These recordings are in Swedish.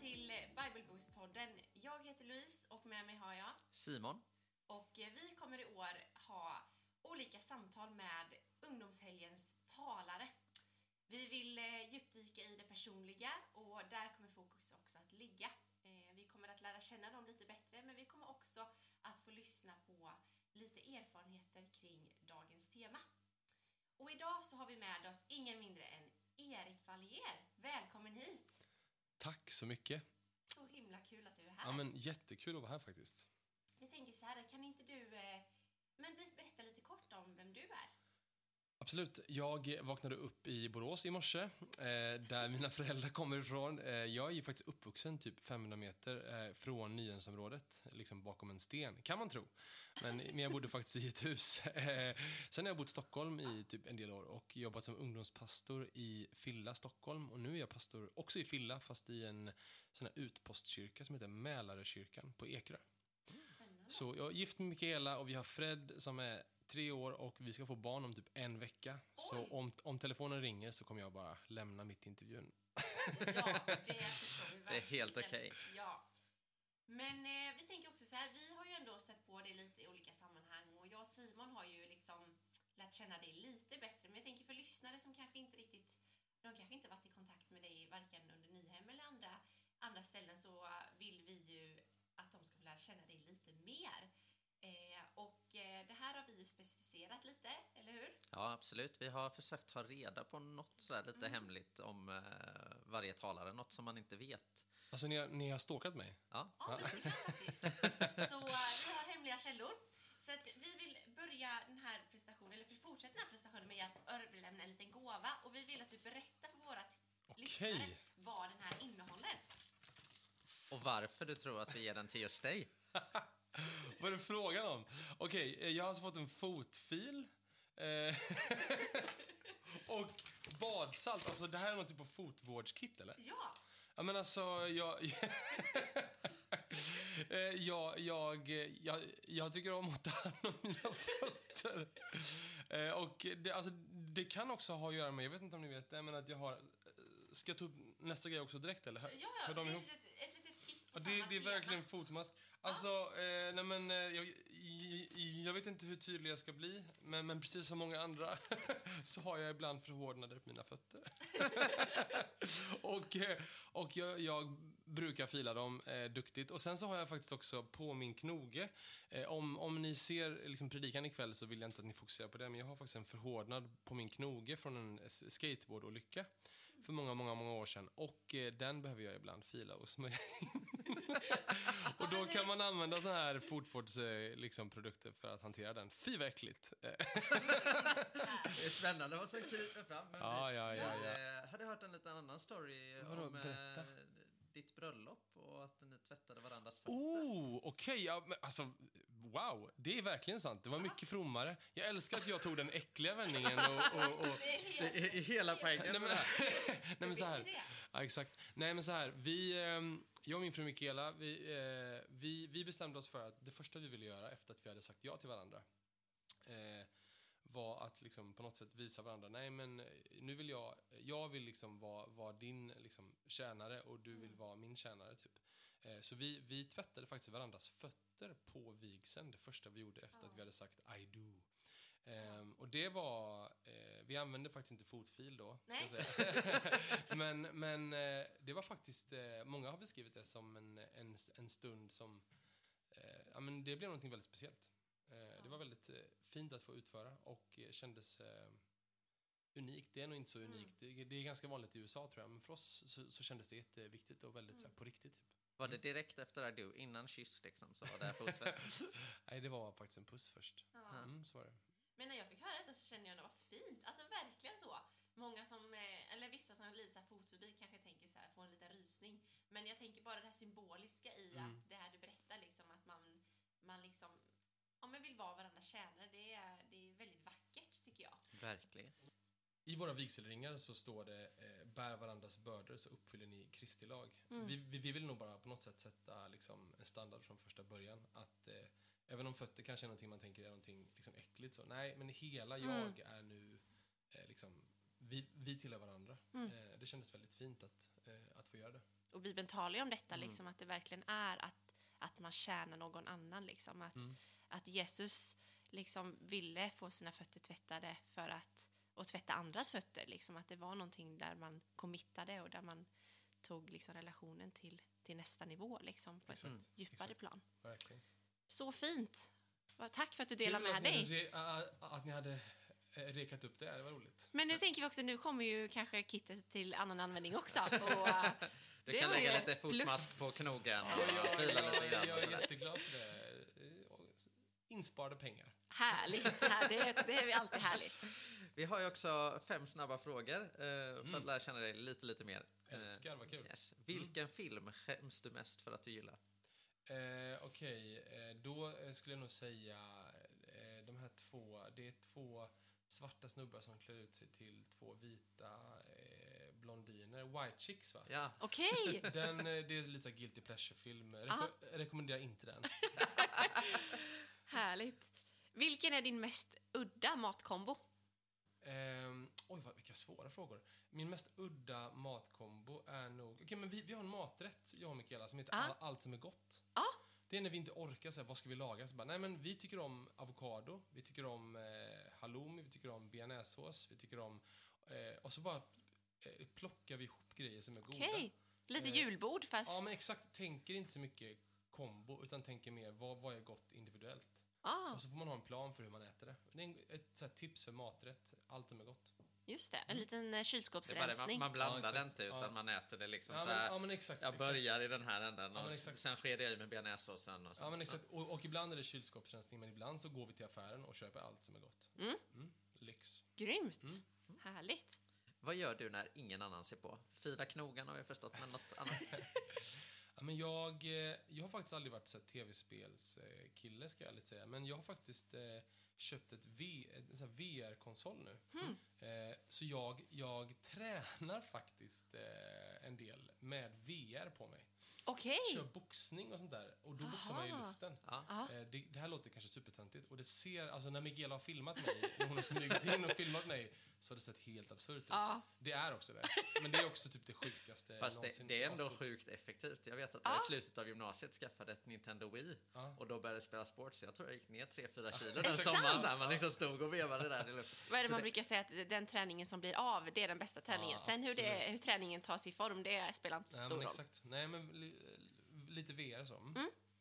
till Bibelbokspodden. Jag heter Louise och med mig har jag Simon. Och vi kommer i år ha olika samtal med ungdomshelgens talare. Vi vill djupdyka i det personliga och där kommer fokus också att ligga. Vi kommer att lära känna dem lite bättre, men vi kommer också att få lyssna på lite erfarenheter kring dagens tema. Och idag så har vi med oss ingen mindre än Erik Vallier. Välkommen hit! Tack så mycket. Så himla kul att du är här. Ja, men jättekul att vara här faktiskt. Vi tänker så här, kan inte du berätta lite kort om vem du är? Absolut. Jag vaknade upp i Borås i morse, där mina föräldrar kommer ifrån. Jag är ju faktiskt uppvuxen typ 500 meter från Nyhemsområdet, liksom bakom en sten, kan man tro. Men jag bodde faktiskt i ett hus. Sen har jag bott i Stockholm i typ en del år och jobbat som ungdomspastor i Filla, Stockholm. Och nu är jag pastor också i Filla, fast i en sån här utpostkyrka som heter Mälarekyrkan på Ekerö. Så jag är gift med Mikaela och vi har Fred som är 3 år och vi ska få barn om typ en vecka. Oj. Så om telefonen ringer så kommer jag bara lämna mitt intervjun. Ja, det förstår vi verkligen. Det är helt okej. Ja. Men vi tänker också så här, vi har ju ändå stött på det lite i olika sammanhang och jag och Simon har ju liksom lärt känna dig lite bättre. Men jag tänker för lyssnare som kanske inte riktigt, de kanske inte varit i kontakt med dig varken under Nyhem eller andra ställen, så vill vi ju att de ska få lära känna dig lite mer. Och det här har vi ju specificerat lite, eller hur? Ja, absolut. Vi har försökt ta reda på något sådär lite hemligt om varje talare, något som man inte vet. Alltså ni har stalkat mig? Ja, precis faktiskt. Så vi har hemliga källor. Så att vi vill börja den här presentationen, eller fortsätta den här presentationen med att överlämna en liten gåva. Och vi vill att du berättar för våra lyssnare vad den här innehåller. Och varför du tror att vi ger den till just dig. Vad är det frågan om? Okej, jag har alltså fått en fotfil. Och badsalt. Alltså det här är någon typ av fotvårdskit, eller? Ja. Ja, men alltså, jag tycker om att ta hand om mina fötter. Och det kan också ha att göra med, jag vet inte om ni vet det, men att jag har... Ska jag ta upp nästa grej också direkt, eller? Ja, hör de ihop? Ett litet kit på Ja, samma det är verkligen fotmask. Alltså, jag vet inte hur tydlig jag ska bli, men precis som många andra så har jag ibland förhårdnader på mina fötter. och jag brukar fila dem duktigt. Och sen så har jag faktiskt också på min knoge, om ni ser liksom predikan ikväll så vill jag inte att ni fokuserar på det, men jag har faktiskt en förhårdnad på min knoge från en skateboardolycka för många år sedan. Och den behöver jag ibland fila och smörja in. Och då kan man använda så här fotvårdsprodukter för att hantera den. Fy vad äckligt. Det är spännande vad som kryper fram. Men Ja. Har du hört en liten annan story om ditt bröllop och att ni tvättade varandras fötter? Okej. Ja, men alltså, wow. Det är verkligen sant. Det var mycket frommare. Jag älskar att jag tog den äckliga vändningen och Det är hela poängen. Nej, men så här. Ja, exakt. Nej, men så här. Jag och min fru Mikaela, vi bestämde oss för att det första vi ville göra efter att vi hade sagt ja till varandra var att liksom på något sätt visa varandra, nej men nu vill jag vill liksom vara din liksom tjänare och du vill vara min tjänare typ. Så vi tvättade faktiskt varandras fötter på vigseln, det första vi gjorde efter att vi hade sagt I do. Och det var vi använde faktiskt inte fotfil då, ska jag säga. men det var faktiskt många har beskrivit det som en stund som men det blev någonting väldigt speciellt. Det var väldigt fint att få utföra och kändes unikt. Det är nog inte så unikt. Det är ganska vanligt i USA tror jag, men för oss så kändes det jätteviktigt och väldigt så här, på riktigt typ. Var det direkt efter det innan kyss liksom, så var det fotvätt? Nej, det var faktiskt en puss först. Så var det. Men när jag fick höra det så kände jag att det var fint. Alltså verkligen så. Många som, eller vissa som lider så här fotfobi kanske tänker så här, får en liten rysning. Men jag tänker bara det här symboliska i att det här du berättar liksom, att man liksom, om man vill vara varandra tjänare, det är väldigt vackert tycker jag. Verkligen. I våra vigselringar så står det bär varandras bördor så uppfyller ni Kristi lag. Vi vill nog bara på något sätt sätta liksom, en standard från första början. Att även om fötter kanske är någonting man tänker är någonting liksom, äckligt. Så, nej, men hela jag är nu liksom, vi tillhör varandra. Det kändes väldigt fint att få göra det. Och Bibeln talar ju om detta, liksom, att det verkligen är att man tjänar någon annan. Liksom, att Jesus liksom ville få sina fötter tvättade och tvätta andras fötter. Liksom, att det var någonting där man committade och där man tog liksom relationen till nästa nivå liksom, på ett djupare plan. Verkligen. Så fint. Tack för att du delar med dig. Att ni hade rekat upp det var roligt. Men nu tänker vi också, nu kommer ju kanske kittet till annan användning också. Och, Du det kan var lägga ju lite fotmask på knogen och fila lite grann. Jag och är sådär. jätteglad för det. Insparade pengar. Härligt. Det är alltid härligt. Vi har ju också 5 snabba frågor för att lära känna dig lite mer. Älskar, vad kul. Yes. Vilken film skäms du mest för att du gillar? Okej, då skulle jag nog säga de här 2. Det är 2 svarta snubbar som klär ut sig till 2 vita blondiner. White Chicks, va? Ja, Okej. Det är lite så här guilty pleasure-film. Rekommenderar inte den. Härligt. Vilken är din mest udda matkombo? Vilka svåra frågor. Min mest udda matkombo är nog... Okej, men vi har en maträtt, jag och Mikaela, som heter Allt som är gott. Det är när vi inte orkar säga vad ska vi laga. Så bara, nej, men vi tycker om avokado, vi tycker om halloumi, vi tycker om bearnaisesås, vi tycker om... och så bara plockar vi ihop grejer som är goda. Okej. Lite julbord fast... Ja, men exakt. Tänker inte så mycket kombo, utan tänker mer vad är gott individuellt. Och så får man ha en plan för hur man äter det. Det är ett så här tips för maträtt. Allt som är gott. Just det, en liten det är bara kylskåpsrensning. man blandar Ja, det inte utan man äter det liksom Ja, så här. men exakt. Jag börjar i den här änden och exakt. sen sker det i med bearnaisesåsen och så. Ja, men exakt. Och ibland är det kylskåpsrensning, men ibland så går vi till affären och köper allt som är gott. Lyx. Grymt. Härligt. Vad gör du när ingen annan ser på? Fila knogen har jag förstått, men något annat? Ja, men jag har faktiskt aldrig varit så här tv-spelskille, ska jag lite säga. Men jag har faktiskt köpt en sån här VR-konsol nu. Så jag tränar faktiskt en del med VR på mig. Okej. Kör boxning och sånt där. Och då boxar man i luften. Ja. Det här låter kanske supertöntigt. Och det ser, alltså när Mikaela har filmat mig, när hon har smugit in och filmat mig, så har det sett helt absurt ut. Det är också det. Men det är också typ det sjukaste Fast någonsin. det är ändå sjukt effektivt. Jag vet att jag i slutet av gymnasiet skaffade ett Nintendo Wii och då började jag spela sport, så jag tror jag gick ner 3-4 kilo den sommaren. Så här, man liksom stod och vevade där i luften. Vad är det man brukar säga, att den träningen som blir av, det är den bästa träningen. Sen hur träningen tar sig i form, det spelar inte så stor roll. Exakt. Nej, men lite VR så.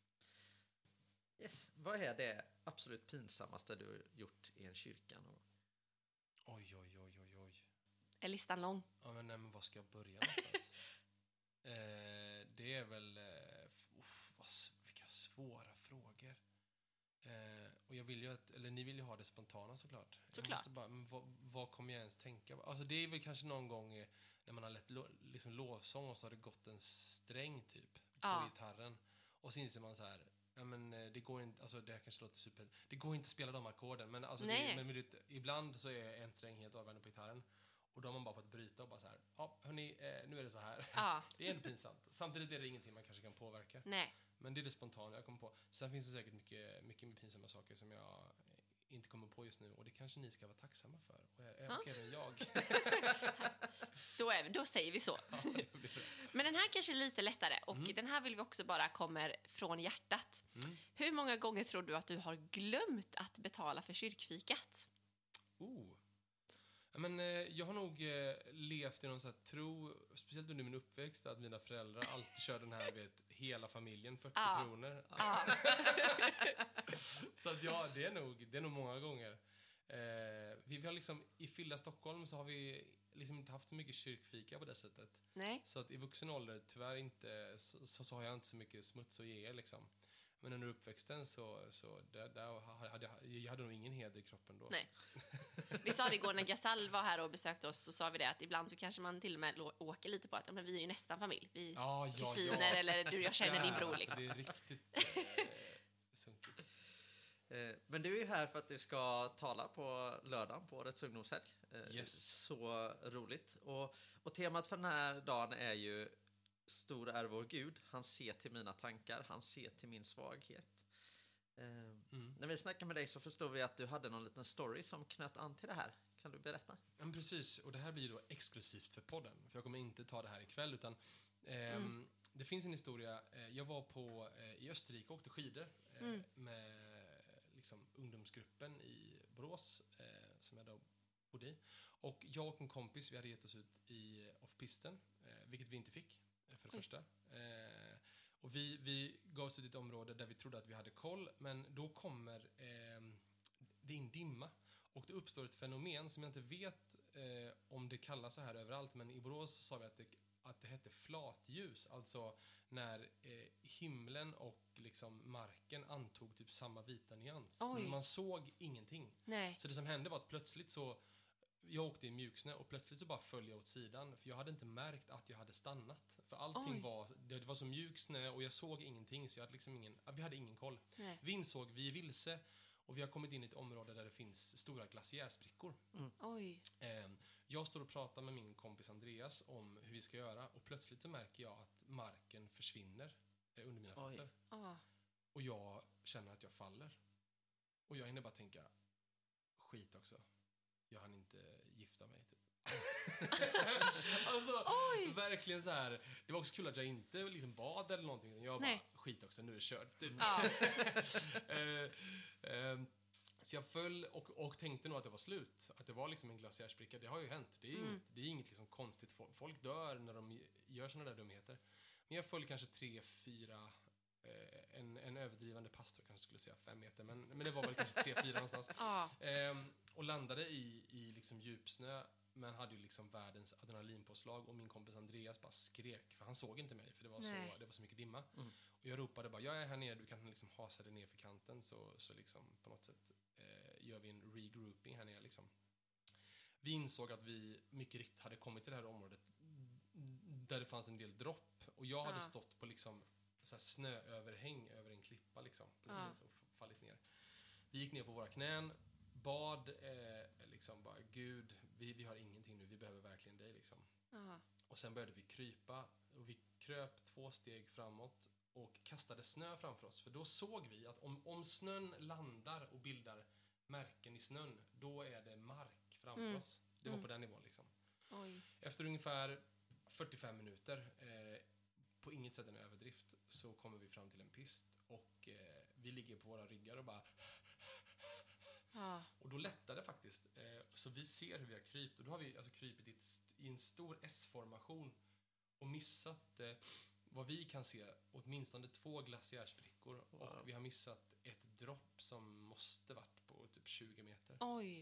Yes. Vad är det absolut pinsammaste du har gjort i en kyrka? Oj. Är listan lång? Ja, men vad ska jag börja någonstans? Det är väl... vilka svåra frågor. Och jag vill ju ni vill ju ha det spontana såklart. Jag måste bara, men vad kommer jag ens tänka på? Alltså det är väl kanske någon gång när man har lett liksom lovsång och så har det gått en sträng typ på gitarren. Och så inser man så här, ja, men det går inte, alltså det här kanske låter super, det går inte att spela de ackorden, men alltså ibland så är en sträng helt avgörande på gitarren. Och då har man bara fått bryta och bara så här, ja hörni, nu är det så här. Det är ändå pinsamt. Samtidigt är det ingenting man kanske kan påverka. Nej. Men det är det spontana jag kommer på. Sen finns det säkert mycket pinsamma saker som jag inte kommer på just nu. Och det kanske ni ska vara tacksamma för. Och även jag. Då säger vi så. Men den här kanske är lite lättare. Och den här vill vi också bara kommer från hjärtat. Hur många gånger tror du att du har glömt att betala för kyrkfikat? Men jag har nog levt i någon sån här tro, speciellt under min uppväxt, att mina föräldrar alltid kör den här, hela familjen, 40 kronor. Så att det är nog många gånger. Vi har liksom, i fylla Stockholm så har vi liksom inte haft så mycket kyrkfika på det sättet. Nej. Så att i vuxen ålder, tyvärr inte, så har jag inte så mycket smuts att ge liksom. Men under uppväxten så jag hade nog ingen heder i kroppen då. Nej. Vi sa det igår när Gasal var här och besökte oss, så sa vi det att ibland så kanske man till och med åker lite på att men vi är ju nästan familj. Vi är kusiner eller jag känner din bror liksom. Det är riktigt sunkigt. Men du är ju här för att du ska tala på lördagen på årets ungdomshelg. Yes. Så roligt. Och temat för den här dagen är ju Stor är vår Gud, han ser till mina tankar, han ser till min svaghet. När vi snackade med dig så förstod vi att du hade någon liten story som knöt an till det här. Kan du berätta? Ja, precis, och det här blir då exklusivt för podden. För jag kommer inte ta det här ikväll, utan Det finns en historia. Jag var i Österrike och åkte skidor med liksom ungdomsgruppen i Borås som jag då bodde i. Och jag och en kompis, vi hade gett oss ut i off-pisten, vilket vi inte fick för det första. Och vi gav oss ut i ett område där vi trodde att vi hade koll, men då kommer det in dimma. Och det uppstår ett fenomen som jag inte vet om det kallas så här överallt, men i Borås sa vi att det hette flatljus, alltså när himlen och liksom marken antog typ samma vita nyans. Så man såg ingenting. Nej. Så det som hände var att plötsligt så, jag åkte i mjuksnö och plötsligt så bara föll jag åt sidan, för jag hade inte märkt att jag hade stannat. För allting det var så mjuk snö och jag såg ingenting, så jag hade liksom vi hade ingen koll. Nej. Vi insåg, vi är vilse och vi har kommit in i ett område där det finns stora glaciärsprickor. Oj. Jag står och pratar med min kompis Andreas om hur vi ska göra, och plötsligt så märker jag att marken försvinner under mina fötter. Och jag känner att jag faller. Och jag hinner bara tänka, skit också. Jag hann inte gifta mig typ. Alltså, verkligen så här. Det var också kul att jag inte liksom bad eller någonting. Jag bara, skit också, nu är det kört typ. Så jag föll och tänkte nog att det var slut. Att det var liksom en glaciärspricka. Det har ju hänt. Det är inget liksom konstigt. Folk dör när de gör såna där dumheter. Men jag föll kanske 3-4, en överdrivande pastor kanske skulle säga 5 meter. Men det var väl kanske 3-4 någonstans. Och landade i liksom djupsnö. Men hade ju liksom världens adrenalinpåslag. Och min kompis Andreas bara skrek. För han såg inte mig, för det var så mycket dimma. Och jag ropade bara, jag är här nere, du kan liksom hasa dig ner för kanten. Så liksom på något sätt gör vi en regrouping här nere liksom. Vi insåg att vi mycket riktigt hade kommit till det här området där det fanns en del dropp. Och jag hade stått på liksom så här snööverhäng över en klippa liksom. På något sätt, och fallit ner. Vi gick ner på våra knän, bad liksom bara, Gud, vi har ingenting nu, vi behöver verkligen dig liksom. Och sen började vi krypa, och vi kröp 2 steg framåt och kastade snö framför oss. För då såg vi att om snön landar och bildar märken i snön, då är det mark framför oss. Det var på den nivån liksom. Efter ungefär 45 minuter, på inget sätt en överdrift, så kommer vi fram till en pist. Och vi ligger på våra ryggar och bara... Och då lättar det faktiskt. Så vi ser hur vi har krypt. Och då har vi alltså krypit i en stor S-formation och missat vad vi kan se åtminstone 2 glaciärsprickor. Och vi har missat ett dropp som måste varit på typ 20 meter.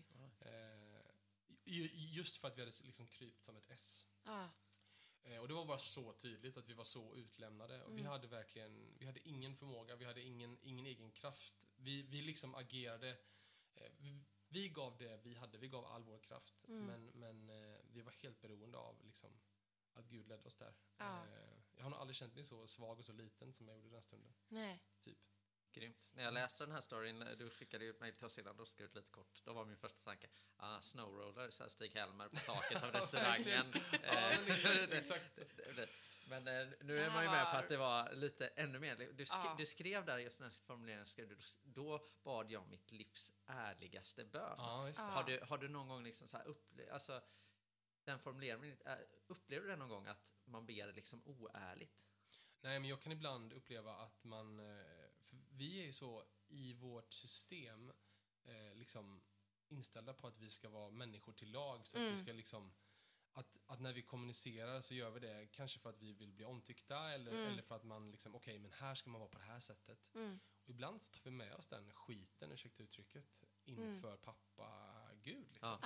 Just för att vi hade liksom krypt som ett S. Och det var bara så tydligt att vi var så utlämnade. Och vi hade ingen förmåga, vi hade ingen egen kraft. Vi liksom agerade. Vi gav det vi hade, vi gav all vår kraft. Men vi var helt beroende av liksom, att Gud ledde oss där. Jag har nog aldrig känt mig så svag och så liten som jag gjorde den stunden. Nej. Typ. Grymt. När jag läste den här storyn, du skickade ut mig till oss innan, då skrev lite kort. Då var min första tanke, snowroller, så här Stig Helmer på taket av restaurangen. Exakt. Men nu är man ju med på att det var lite ännu mer. Du skrev där, just den här formuleringen, då bad jag mitt livs ärligaste bön. Har du någon gång liksom så här alltså den formuleringen, upplever du det någon gång att man ber liksom oärligt? Nej, men jag kan ibland uppleva att man... För vi är ju så i vårt system liksom inställda på att vi ska vara människor till lag. Så att vi ska liksom... Att när vi kommunicerar så gör vi det kanske för att vi vill bli omtyckta eller för att man liksom, okej, men här ska man vara på det här sättet. Och ibland så tar vi med oss den skiten, ursäkta uttrycket, inför pappa Gud liksom.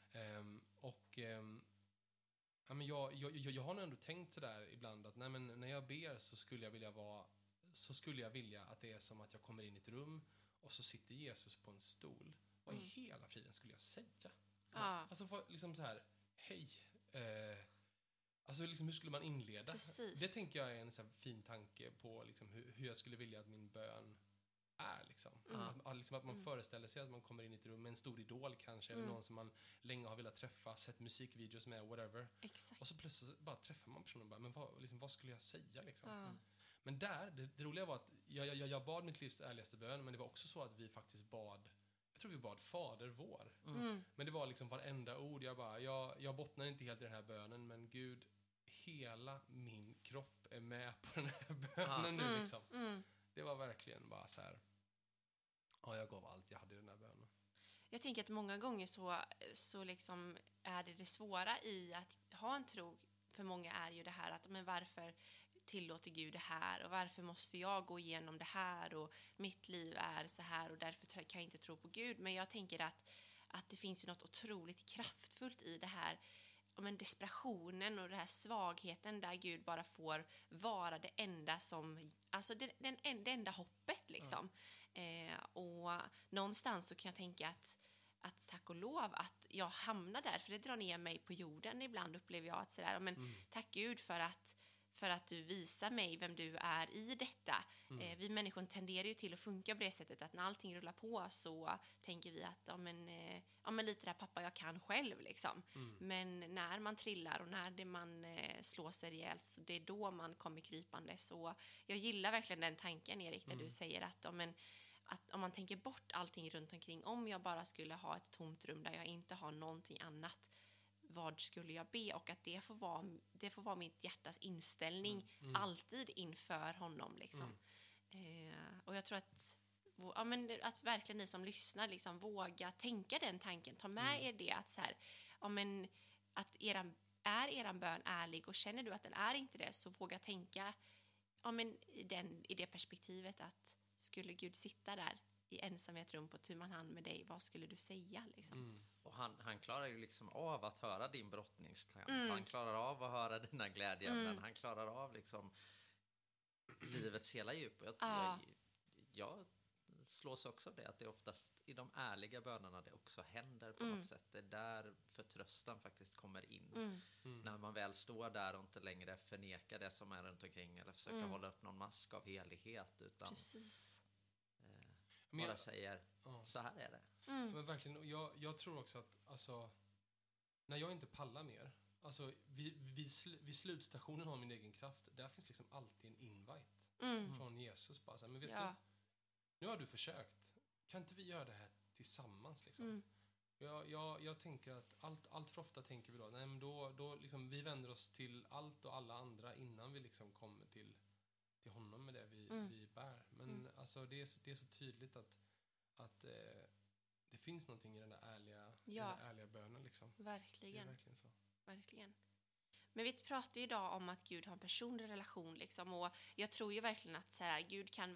Men jag har nog ändå tänkt sådär ibland att nej, men när jag ber så skulle jag vilja att det är som att jag kommer in i ett rum och så sitter Jesus på en stol. Vad i hela friden skulle jag säga? Alltså liksom så här, hej. Alltså liksom, hur skulle man inleda? Precis. Det tänker jag är en så här fin tanke på liksom, hur jag skulle vilja att min bön är liksom. Att man föreställer sig att man kommer in i ett rum med en stor idol kanske, eller någon som man länge har velat träffa, sett musikvideos med, whatever. Exakt. Och så plötsligt bara träffar man personen och bara, men vad skulle jag säga liksom? Men det roliga var att jag bad mitt livs ärligaste bön, men det var också så att vi faktiskt jag tror vi bad Fader vår. Men det var liksom varenda ord. Jag bottnar inte helt i den här bönen, men Gud, hela min kropp är med på den här bönen nu liksom. Det var verkligen bara så här. Ja, jag gav allt jag hade i den här bönen. Jag tänker att många gånger så liksom är det svåra i att ha en tro för många är ju det här att men varför tillåter Gud det här och varför måste jag gå igenom det här och mitt liv är så här och därför kan jag inte tro på Gud. Men jag tänker att det finns ju något otroligt kraftfullt i det här men desperationen och den här svagheten där Gud bara får vara det enda som, alltså det enda hoppet liksom. Och någonstans så kan jag tänka att tack och lov att jag hamnar där, för det drar ner mig på jorden ibland, upplever jag att sådär, men tack Gud för att du visar mig vem du är i detta. Vi människor tenderar ju till att funka på det sättet att när allting rullar på så tänker vi att ja men lite där pappa jag kan själv liksom. Men när man trillar och när man slår sig ihjäl så det är då man kommer krypande. Så jag gillar verkligen den tanken, Erik, där du säger att om man tänker bort allting runt omkring, om jag bara skulle ha ett tomt rum där jag inte har någonting annat, vad skulle jag be? Och att det får vara mitt hjärtas inställning alltid inför honom liksom. Och jag tror att verkligen ni som lyssnar liksom våga tänka den tanken, ta med er det att så här, att eran bön ärlig, och känner du att den är inte det, så våga tänka i det perspektivet att skulle Gud sitta där i ensamhet rum på tu man hand med dig, vad skulle du säga liksom? Och han klarar ju liksom av att höra din brottningskamp. Han klarar av att höra dina glädjeämnen. Han klarar av liksom livets hela djup. Jag slås också av det, att det är oftast i de ärliga bönerna det också händer på något sätt. Det är där förtröstan faktiskt kommer in. När man väl står där och inte längre förnekar det som är runt omkring eller försöker hålla upp någon mask av helighet, utan precis. Bara säger så här är det. Men verkligen, jag tror också att alltså, när jag inte pallar mer, alltså vid slutstationen av min egen kraft, där finns liksom alltid en invite från Jesus, bara så här, men vet du, nu har du försökt, kan inte vi göra det här tillsammans liksom? Jag tänker att allt för ofta tänker vi då, nej men då liksom, vi vänder oss till allt och alla andra innan vi liksom kommer till honom med det vi bär. Men alltså det är så tydligt att det finns någonting i den där ärliga bönen liksom. Verkligen. Det är verkligen så. Verkligen. Men vi pratar ju idag om att Gud har en personlig relation liksom, och jag tror ju verkligen att så här, Gud kan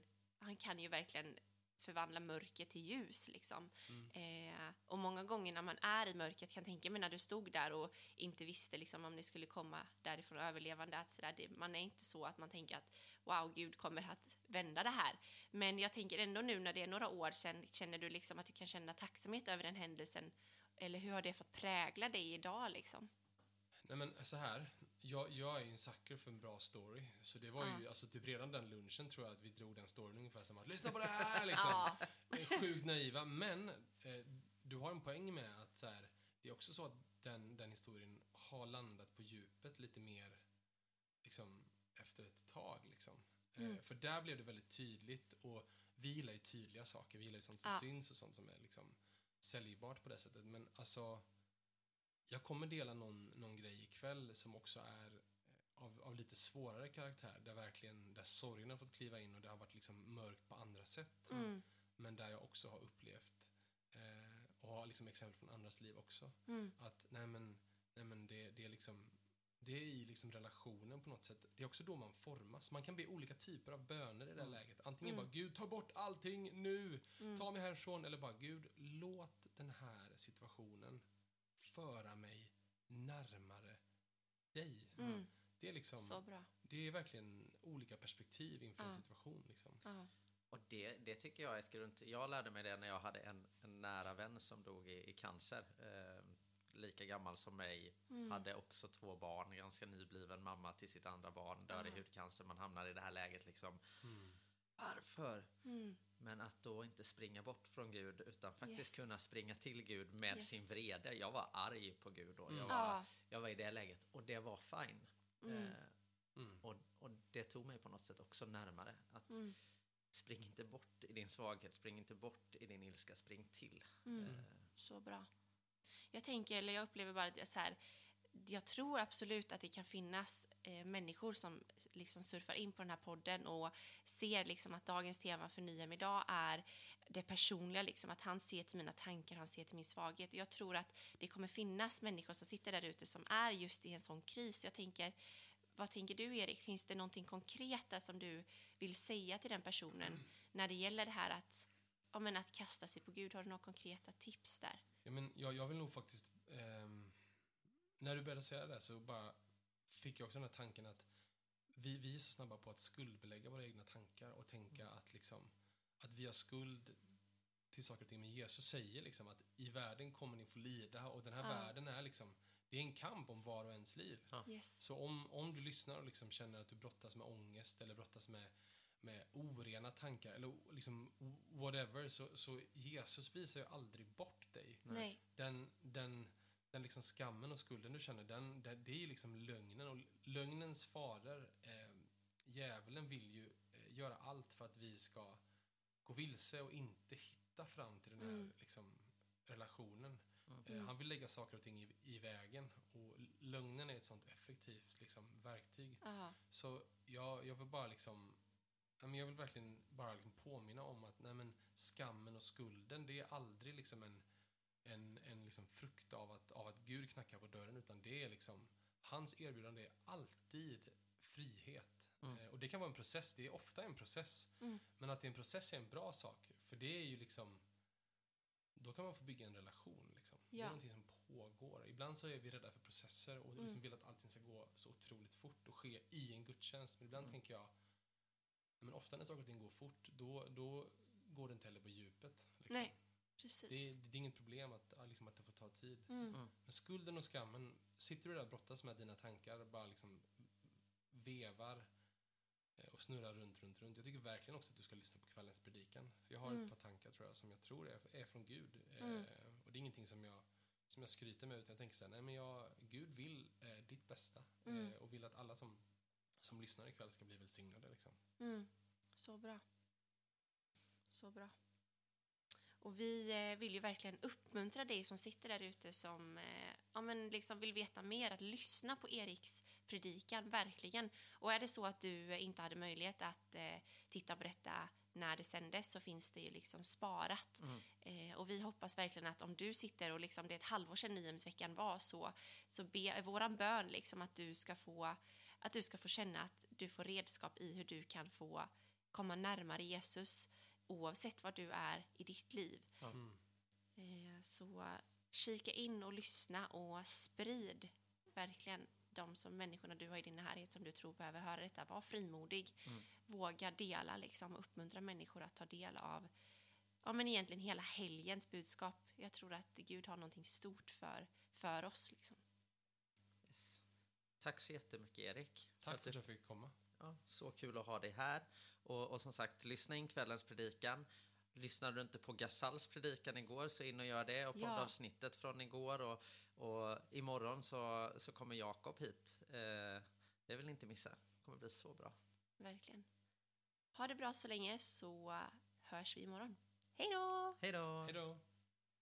ju verkligen förvandla mörker till ljus liksom. Och många gånger när man är i mörkret, kan tänka mig när du stod där och inte visste liksom om det skulle komma därifrån överlevande, att så där, man är inte så att man tänker att wow, Gud kommer att vända det här. Men jag tänker ändå nu när det är några år sedan, känner du liksom att du kan känna tacksamhet över den händelsen, eller hur har det fått prägla dig idag liksom? Nej men så här, jag är en sucker för en bra story, så det var ju alltså typ redan den lunchen tror jag att vi drog den storyn ungefär som att lyssna på det här liksom. Sjukt naiva, men du har en poäng med att så här, det är också så att den historien har landat på djupet lite mer liksom efter ett tag liksom. För där blev det väldigt tydligt, och vi gillar ju tydliga saker, vi gillar ju sånt som syns och sånt som är liksom säljbart på det sättet, men alltså jag kommer dela någon grej ikväll som också är av lite svårare karaktär, där sorgen har fått kliva in och det har varit liksom mörkt på andra sätt, men där jag också har upplevt och har liksom exempel från andras liv också, att nej men det är liksom, det är i liksom relationen på något sätt, det är också då man formas. Man kan be olika typer av böner i det här läget, antingen bara Gud ta bort allting nu, ta mig härifrån, eller bara Gud låt den här situationen föra mig närmare dig. Det är liksom så bra. Det är verkligen olika perspektiv inför en situation liksom. Och det tycker jag är ett grund. Jag lärde mig det när jag hade en nära vän som dog i cancer. Lika gammal som mig. Hade också 2 barn. Ganska nybliven mamma till sitt andra barn. Dör i hudcancer. Man hamnar i det här läget liksom. Varför? Men att då inte springa bort från Gud, utan faktiskt kunna springa till Gud med sin vrede. Jag var arg på Gud och jag var i det läget, och det var fine. Och det tog mig på något sätt också närmare att spring inte bort i din svaghet, spring inte bort i din ilska, spring till. Så bra. Jag upplever bara att så här, jag tror absolut att det kan finnas människor som liksom surfar in på den här podden och ser liksom att dagens tema för Nyhem idag är det personliga, liksom att han ser till mina tankar, han ser till min svaghet. Jag tror att det kommer finnas människor som sitter där ute som är just i en sån kris. Jag tänker, vad tänker du, Erik? Finns det någonting konkret där som du vill säga till den personen när det gäller det här att kasta sig på Gud? Har du några konkreta tips där? Ja, men jag vill nog faktiskt... när du började säga det så bara fick jag också den här tanken att vi är så snabba på att skuldbelägga våra egna tankar och tänka att, liksom, att vi har skuld till saker och ting. Men Jesus säger liksom att i världen kommer ni få lida, och den här världen är liksom, det är en kamp om var och ens liv. Yes. Så om du lyssnar och liksom känner att du brottas med ångest eller brottas med orena tankar eller liksom whatever, så Jesus visar ju aldrig bort dig. Nej. Den liksom skammen och skulden du känner, det är ju liksom lögnen, och lögnens fader, djävulen, vill ju göra allt för att vi ska gå vilse och inte hitta fram till den här liksom, relationen. Han vill lägga saker och ting i vägen, och lögnen är ett sånt effektivt liksom, verktyg. Så jag vill bara liksom, jag vill verkligen bara liksom påminna om att nej, men skammen och skulden, det är aldrig liksom en liksom frukt av att Gud knackar på dörren, utan det är liksom hans erbjudande är alltid frihet. Och det kan vara en process, det är ofta en process. Men att det är en process är en bra sak, för det är ju liksom, då kan man få bygga en relation liksom. Det är någonting som pågår. Ibland så är vi rädda för processer och liksom vill att allting ska gå så otroligt fort och ske i en gudstjänst. Men ibland tänker jag, men ofta när saker och ting går fort, då går det inte heller på djupet liksom. Nej. Precis. Det är inget problem att det får ta tid. Men skulden och skammen, sitter du där och brottas med dina tankar, bara liksom vevar och snurrar runt. Jag tycker verkligen också att du ska lyssna på kvällens predikan. För jag har ett par tankar, tror jag, som jag tror är från Gud. Och det är ingenting som jag skryter med, utan jag tänker så här, nej, men Gud vill ditt bästa. Och vill att alla som lyssnar ikväll ska bli välsignade liksom. Så bra. Så bra. Och vi vill ju verkligen uppmuntra dig som sitter där ute som liksom vill veta mer, att lyssna på Eriks predikan, verkligen. Och är det så att du inte hade möjlighet att titta på detta när det sändes, så finns det ju liksom sparat. Och vi hoppas verkligen att om du sitter och liksom, det är ett halvår sedan Nyhemsveckan var, så be våran bön liksom att du ska få känna att du får redskap i hur du kan få komma närmare Jesus oavsett var du är i ditt liv. Så kika in och lyssna och sprid verkligen de som människorna du har i din närhet som du tror behöver höra detta. Var frimodig. Våga dela liksom, och uppmuntra människor att ta del av men egentligen hela helgens budskap. Jag tror att Gud har någonting stort för oss liksom. Yes. Tack så jättemycket, Erik. Tack för att jag fick komma. Ja, så kul att ha dig här. Och som sagt, lyssna in kvällens predikan. Lyssnade du inte på Gasalls predikan igår, så in och gör det. Och poddavsnittet från igår. Och imorgon så kommer Jakob hit. Det vill inte missa. Det kommer bli så bra. Verkligen. Ha det bra så länge, så hörs vi imorgon. Hej då! Hej då!